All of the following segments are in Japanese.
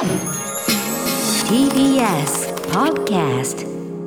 TBS Podcast。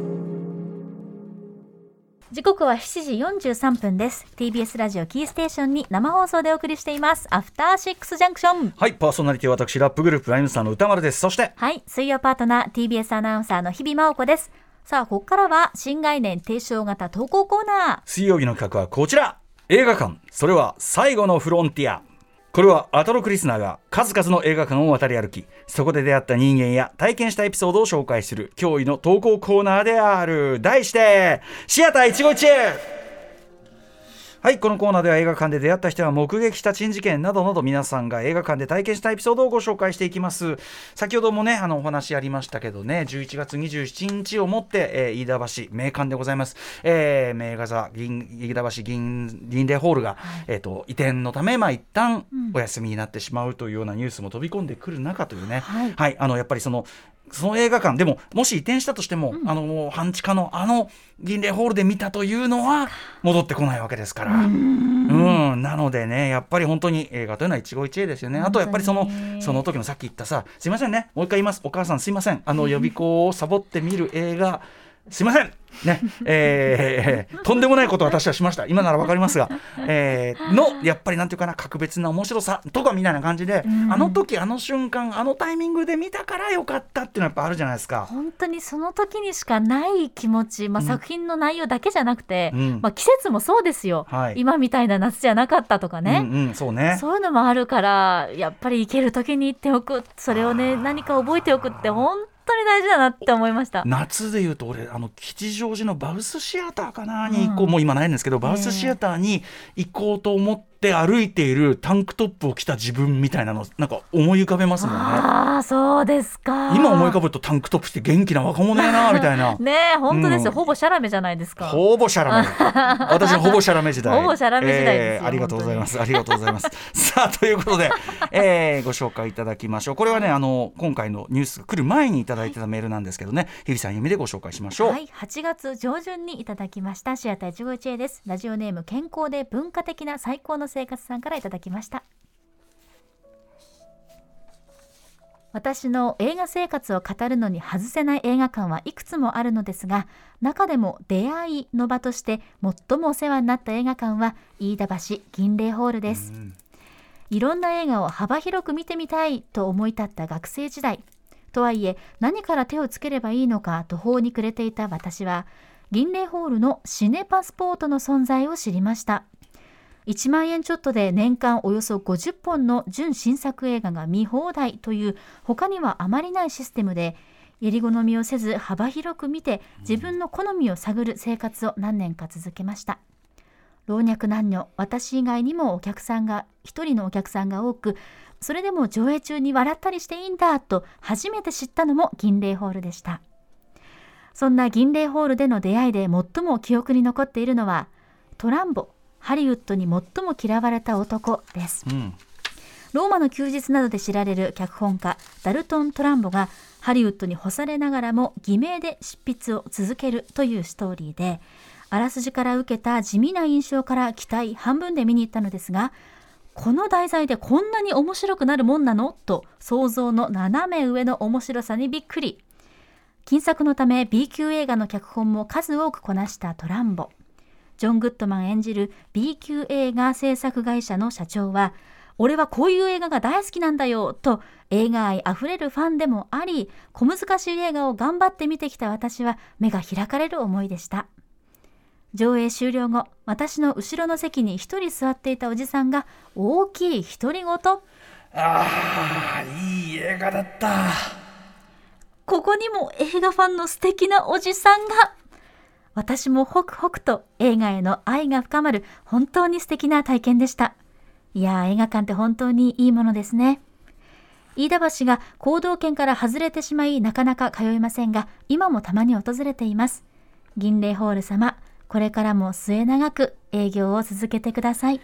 時刻は7時43分です。 TBS ラジオキーステーションに生放送でお送りしていますアフターシックスジャンクション。 はい、パーソナリティは私ラップグループライムスターの歌丸です。そしてはい、水曜パートナー TBS アナウンサーの日々真央子です。さあ、ここからは新概念提唱型投稿コーナー。 水曜日の企画はこちら、映画館、それは最後のフロンティア。これはアトロクリスナーが数々の映画館を渡り歩き、そこで出会った人間や体験したエピソードを紹介する驚異の投稿コーナーである。題してシアター一期一会。はい、このコーナーでは映画館で出会った人が目撃した珍事件などなど、皆さんが映画館で体験したエピソードをご紹介していきます。先ほどもねお話ありましたけどね、11月27日をもって、飯田橋名館でございます、名画座飯田橋銀霊ホールが、移転のため、一旦お休みになってしまうというようなニュースも飛び込んでくる中というね、はい、やっぱりその映画館でももし移転したとしても、半地下の銀霊ホールで見たというのは戻ってこないわけですから、なのでね、やっぱり本当に映画というのは一期一会ですよね。あとやっぱりその時のさっき言ったさ、すいませんね、もう一回言います。お母さんすいません、予備校をサボって見る映画すいませんね、とんでもないことを私はしました。今ならわかりますが、やっぱりなんていうかな、格別な面白さとかみたいな感じで、あの時あの瞬間あのタイミングで見たからよかったっていうのはやっぱあるじゃないですか。 本当にその時にしかない気持ち、作品の内容だけじゃなくて、季節もそうですよ、今みたいな夏じゃなかったとかね、そういうのもあるから、やっぱり行ける時に行っておく、それをね何か覚えておくって本当に大事だなって思いました。 夏でいうと俺吉祥寺のバウスシアターかなに行こう、もう今ないんですけど、バウスシアターに行こうと思って歩いているタンクトップを着た自分みたいなのなんか思い浮かべますもんね。 ああ、そうですか。 今思い浮かぶとタンクトップして元気な若者やなみたいなねえ、本当ですよ、ほぼシャラメじゃないですか。 ほぼシャラメ私のほぼシャラメ時代ほぼシャラメ時代ですよ、 ありがとうございます、ありがとうございますさあ、ということで、ご紹介いただきましょう。これはね今回のニュースが来る前にいただいてたメールなんですけどね、日比さん読みでご紹介しましょう。 はい、8月上旬にいただきましたシアター一期一会です。ラジオネーム健康で文化的な最高の生活さんからいただきました。私の映画生活を語るのに外せない映画館はいくつもあるのですが、中でも出会いの場として最もお世話になった映画館は飯田橋銀霊ホールです。いろんな映画を幅広く見てみたいと思い立った学生時代とはいえ、何から手をつければいいのか途方に暮れていた私は、銀霊ホールのシネパスポートの存在を知りました。1万円ちょっとで年間およそ50本の純新作映画が見放題という他にはあまりないシステムで、襟好みをせず幅広く見て自分の好みを探る生活を何年か続けました。老若男女、私以外にも一人のお客さんが多く、それでも上映中に笑ったりしていいんだと初めて知ったのも銀霊ホールでした。そんな銀霊ホールでの出会いで最も記憶に残っているのは、トランボ、ハリウッドに最も嫌われた男です。ローマの休日などで知られる脚本家ダルトン・トランボがハリウッドに干されながらも偽名で執筆を続けるというストーリーで、あらすじから受けた地味な印象から期待半分で見に行ったのですが、この題材でこんなに面白くなるもんなのと想像の斜め上の面白さにびっくり。金作のため B 級映画の脚本も数多くこなしたトランボ。ジョン・グッドマン演じる B 級映画制作会社の社長は、俺はこういう映画が大好きなんだよと映画愛あふれるファンでもあり、小難しい映画を頑張って見てきた私は目が開かれる思いでした。上映終了後、私の後ろの席に一人座っていたおじさんが大きい独り言。 いい映画だった。 ここにも映画ファンの素敵なおじさんが。私もホクホクと映画への愛が深まる本当に素敵な体験でした。いや、映画館って本当にいいものですね。飯田橋が行動圏から外れてしまいなかなか通えませんが、今もたまに訪れています。銀霊ホール様、これからも末永く営業を続けてください。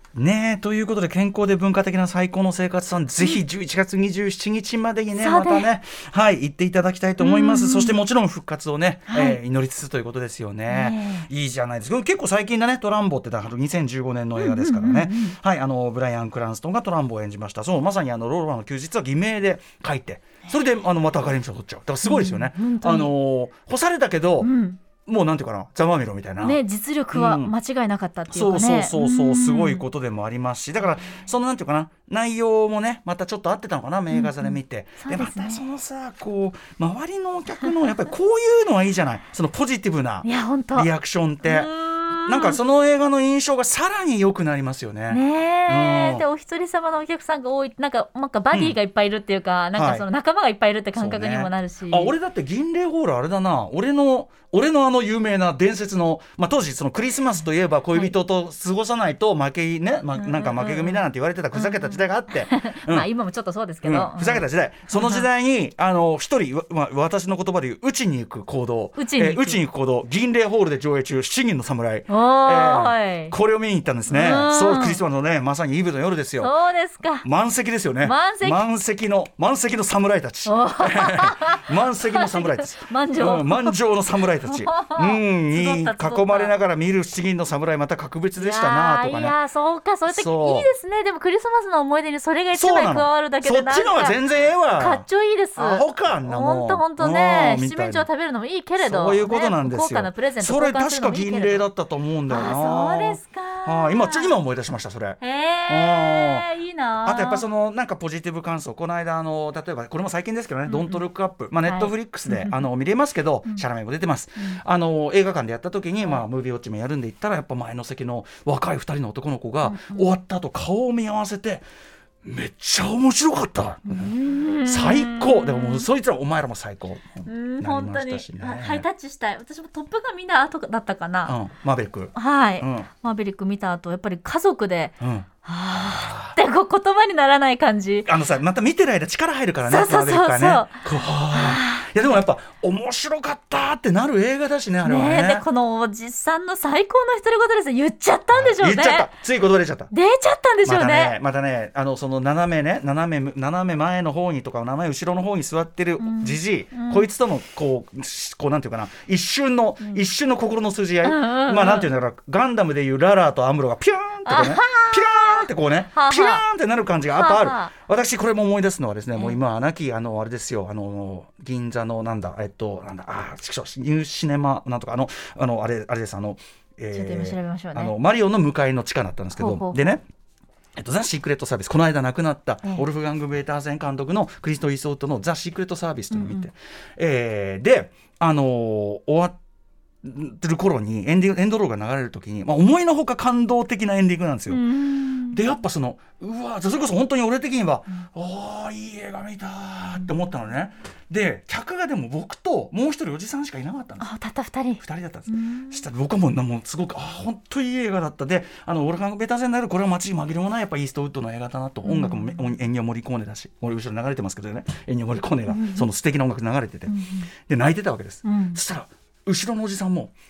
ねえということで健康で文化的な最高の生活さん、ぜひ11月27日までにね、またね、はい、行っていただきたいと思います。そしてもちろん復活をね、祈りつつということですよね。いいじゃないですか。結構最近だね、トランボってだから2015年の映画ですからね、はい、ブライアン・クランストンがトランボを演じました。そうまさにローラの休日は偽名で書いて、それでまたアカデミー賞取っちゃう。だからすごいですよね。干されたけど、もうなんていうかな、ざまみろみたいな、 ね、実力は間違いなかったっていうかね、 そうすごいことでもありますし、だからそのなんていうかな、内容もねまたちょっと合ってたのかな、名画座で見て、でまたそのさこう周りのお客のやっぱりこういうのはいいじゃない、そのポジティブなリアクションって、なんかその映画の印象がさらに良くなりますよね。 ねでお一人様のお客さんが多い、なんかバディがいっぱいいるっていうか、なんかその仲間がいっぱいいるって感覚にもなるし、 俺だって銀霊ホールあれだな、俺の有名な伝説の、当時そのクリスマスといえば恋人と過ごさないと負けね、なんか負け組だなんて言われてたふざけた時代があって、 今もちょっとそうですけど、 ふざけた時代、その時代に一人、私の言葉で言う打ちに行く行動、銀霊ホールで上映中七人の侍、これを見に行ったんですね。そうクリスマスのねまさにイブの夜ですよ。 そうですか。 満席ですよね。満席の侍たち満席の侍たち満場の侍たちに囲まれながら見る七人の侍、また格別でしたなとかね。 いやそうか、そういう時いいですね。でもクリスマスの思い出にそれが一枚加わるだけで、 そっちのは全然ええわ、かっちょいいです。 アホか、あんなもんほんとね、七面鳥食べるのもいいけれど、 そういうことなんですよ、 高価なプレゼントそれ確か銀霊だったと思うんだよな。 そうですか。 今思い出しました、それ。 いいな。 あとやっぱりそのなんかポジティブ感想、この間例えばこれも最近ですけどね、ドントルックアップ、ネットフリックスで見れますけど、シャラメも出てます。映画館でやった時にムービーウォッチもやるんで行ったら、やっぱ前の席の若い2人の男の子が終わった後顔を見合わせて、めっちゃ面白かった、最高。でももうそいつらお前らも最高本当にハイタッチしたい。私もトップガン見た後だったかな、 マーベリック、 マーベリック見た後やっぱり家族で、って言葉にならない感じ。 また見てる間力入るからね、マーベリックはね。いやでもやっぱ面白かったってなる映画だしね、あれはね。 でこのおじさんの最高の独り言ですね、言っちゃったんでしょうね。 言っちゃった、つい言葉出ちゃったんでしょうね。 またねその斜め前の方にとか斜め後ろの方に座ってるじじい、こいつとのこうなんていうかな、一瞬の心の通じ合い、なんていうんだろう、ガンダムでいうララーとアムロがピューンってこうね、ピューンってこうね、ピューンってなる感じがやっぱある。私これも思い出すのはですね、もう今はなきあれですよ、銀座のニューシネマなんとかあれです、ちょっと今調べましょうね。 マリオの向かいの地下だったんですけど、でね、ザ・シークレット・サービス、この間亡くなったオルフガング・ベーターゼン監督のクリスト・イーストウッドのザ・シークレット・サービスというのを見て、で終わってる頃にエンドロールが流れる時に、思いのほか感動的なエンディングなんですよ。でやっぱそれこそ本当に俺的には、いい映画見たって思ったのね。で客がでも僕ともう一人おじさんしかいなかったんです。たった2人だったんです。そしたら僕はもうすごく本当にいい映画だった。でオルフガング・ベーターゼンになる、これは間違い紛れもないやっぱイーストウッドの映画だなと。音楽もエンニョ・モリコーネだし、俺後ろ流れてますけどね、エンニョ・モリコーネがその素敵な音楽流れてて、で泣いてたわけです。そしたら後ろのおじさんも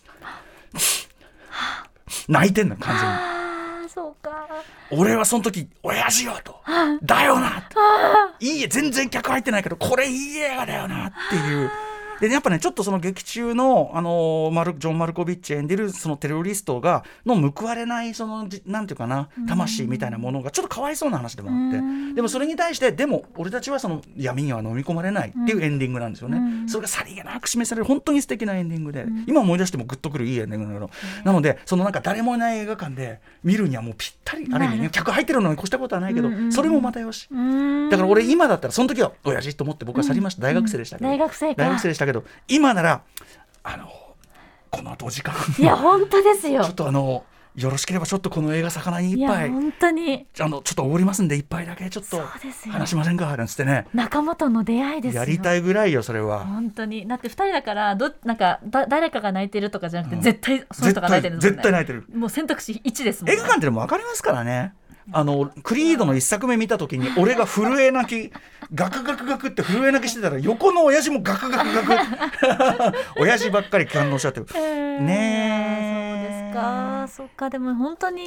泣いてんの、完全に。 そうか。 俺はその時親父よと、だよなと、全然客入ってないけどこれいい映画だよなっていう。でやっぱね、ちょっとその劇中のジョン・マルコビッチ演じるそのテロリストの報われないそのなんていうかな、魂みたいなものがちょっとかわいそうな話でもあって、でもそれに対してでも俺たちはその闇には飲み込まれないっていうエンディングなんですよね。それがさりげなく示される本当に素敵なエンディングで、今思い出してもグッとくるいいエンディングなの。なのでそのなんか誰もいない映画館で見るにはもうぴったり、ある意味ね、客入ってるのに越したことはないけど、それもまたよし。だから俺今だったらその時は親父と思って僕は去りました。大学生でしたけど、大学生でしたけど、今ならこの後お時間いや本当ですよ。 ちょっとよろしければちょっとこの映画魚に一杯、 本当にちょっとおごりますんで一杯だけちょっと話しませんかなんつってね、 仲間との出会いですよ。 やりたいぐらいよそれは。 本当にだって2人だからなんか誰かが泣いてるとかじゃなくて、絶対その人が泣いてるんですもんね。 絶対泣いてる。 もう選択肢1ですもんね。 映画館ってでも分かりますからね。クリードの一作目見た時に俺が震え泣きガクガクガクって震え泣きしてたら、横の親父もガクガクガク親父ばっかり感動しちゃってる、ねえ。そうですか。そっか。でも本当に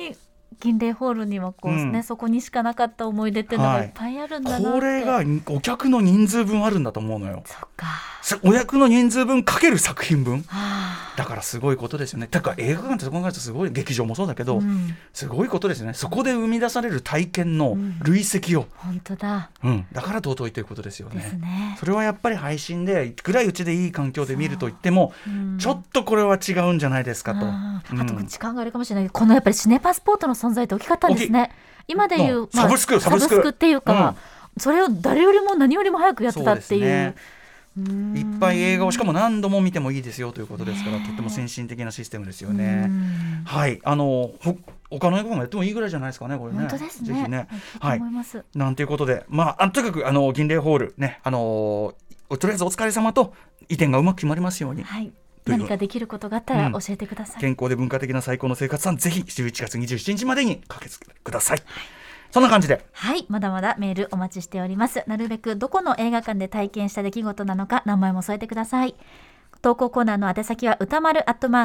銀霊ホールにはこう、ね、そこにしかなかった思い出っていうのがいっぱいあるんだなって、 これがお客の人数分あるんだと思うのよ。 そっか、 お客の人数分かける作品分だからすごいことですよね。だから映画館ってそこ考えるとすごい、劇場もそうだけど、すごいことですよね。そこで生み出される体験の累積を、 本当だ、 だから尊いということですよね。 ですね。 それはやっぱり配信でいくらうちでいい環境で見ると言っても、ちょっとこれは違うんじゃないですかと。 あと時間があるかもしれないけど、このやっぱりシネパスポートの存在って大きかったんですね。今でいう、 サブスクっていうか、それを誰よりも何よりも早くやってたっていう。 いっぱい映画をしかも何度も見てもいいですよということですから、とっても先進的なシステムですよね。はい、他の映画もやってもいいぐらいじゃないですかね、これね。 本当ですね。 ぜひね、 はい、 なんていうことで、とにかく銀霊ホールね、とりあえずお疲れ様と、移転がうまく決まりますように。 はい、何かできることがあったら教えてください。 健康で文化的な最高の生活さん、ぜひ11月27日までに駆けつけてください。そんな感じで、 はい、まだまだメールお待ちしております。なるべくどこの映画館で体験した出来事なのか名前も添えてください。投稿コーナーの宛先は歌丸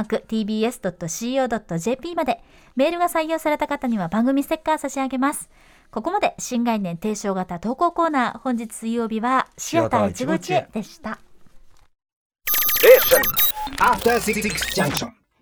@tbs.co.jp まで。メールが採用された方には番組ステッカー差し上げます。ここまで新概念提唱型投稿コーナー、本日水曜日はシアター一期一会でした。 After 66 junction.